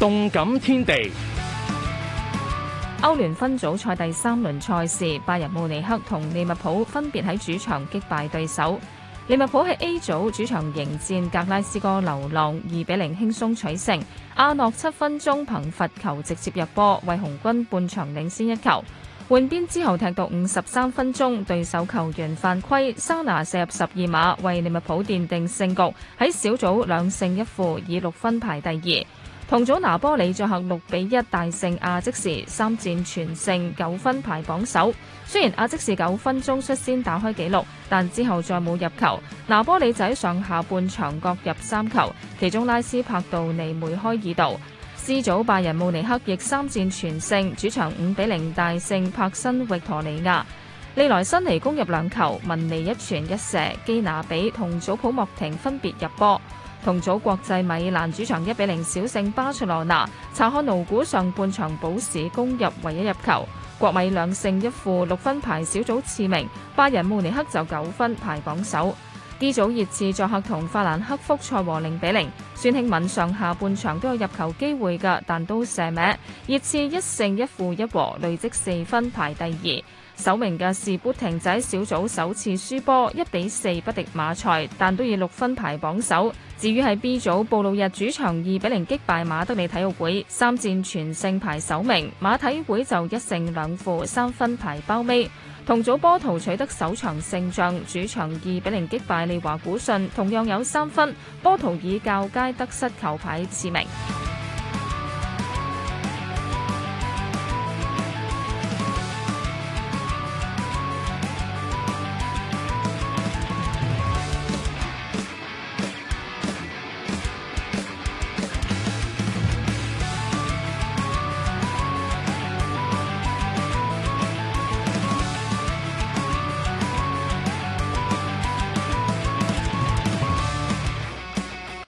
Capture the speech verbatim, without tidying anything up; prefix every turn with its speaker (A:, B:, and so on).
A: 動感天地。
B: 歐聯分組賽第三輪賽事，拜仁慕尼黑同利物浦分別喺主場擊敗對手。利物浦喺 A 組主場迎戰格拉斯哥流浪，二比零輕鬆取勝。阿諾七分鐘憑罰球直接入波，為紅軍半場領先一球。換邊之後踢到五十三分鐘，對手球員犯規，沙拿射入十二碼，為利物浦奠定勝局，喺小組兩勝一負，以六分排第二。同組拿波里作客六比一大勝阿積士，三戰全勝，九分排榜首。雖然阿積士九分鐘率先打開紀錄，但之後再冇入球。拿波里就喺上下半場各入三球，其中拉斯帕杜尼梅開二度。C 組拜仁慕尼黑亦三戰全勝，主場五比零大勝柏辛域陀利亞。利萊辛尼攻入兩球，文尼一傳一射，基拿比同祖普莫廷分別入波。同組國際米蘭主場一比零小勝巴塞羅那，查漢奴古上半場補時攻入唯一入球，國米兩勝一負，六分排小組次名，拜仁慕尼黑就九分排榜首。D 組熱刺作客同法蘭克福賽和零比零，孫興敏上下半場都有入球機會嘅，但都射歪。熱刺一勝一負一和，累積四分排第二。首名嘅士砵亭仔小組首次輸波，一比四不敵馬賽，但都以六分排榜首。至於喺 B 組，布魯日主場二比零擊敗馬德里體育會，三戰全勝排首名。馬體會就一勝兩負，三分排包尾。同組波圖取得首場勝仗，主場二比零擊敗利華古遜，同樣有三分。波圖以較佳得失球排次名。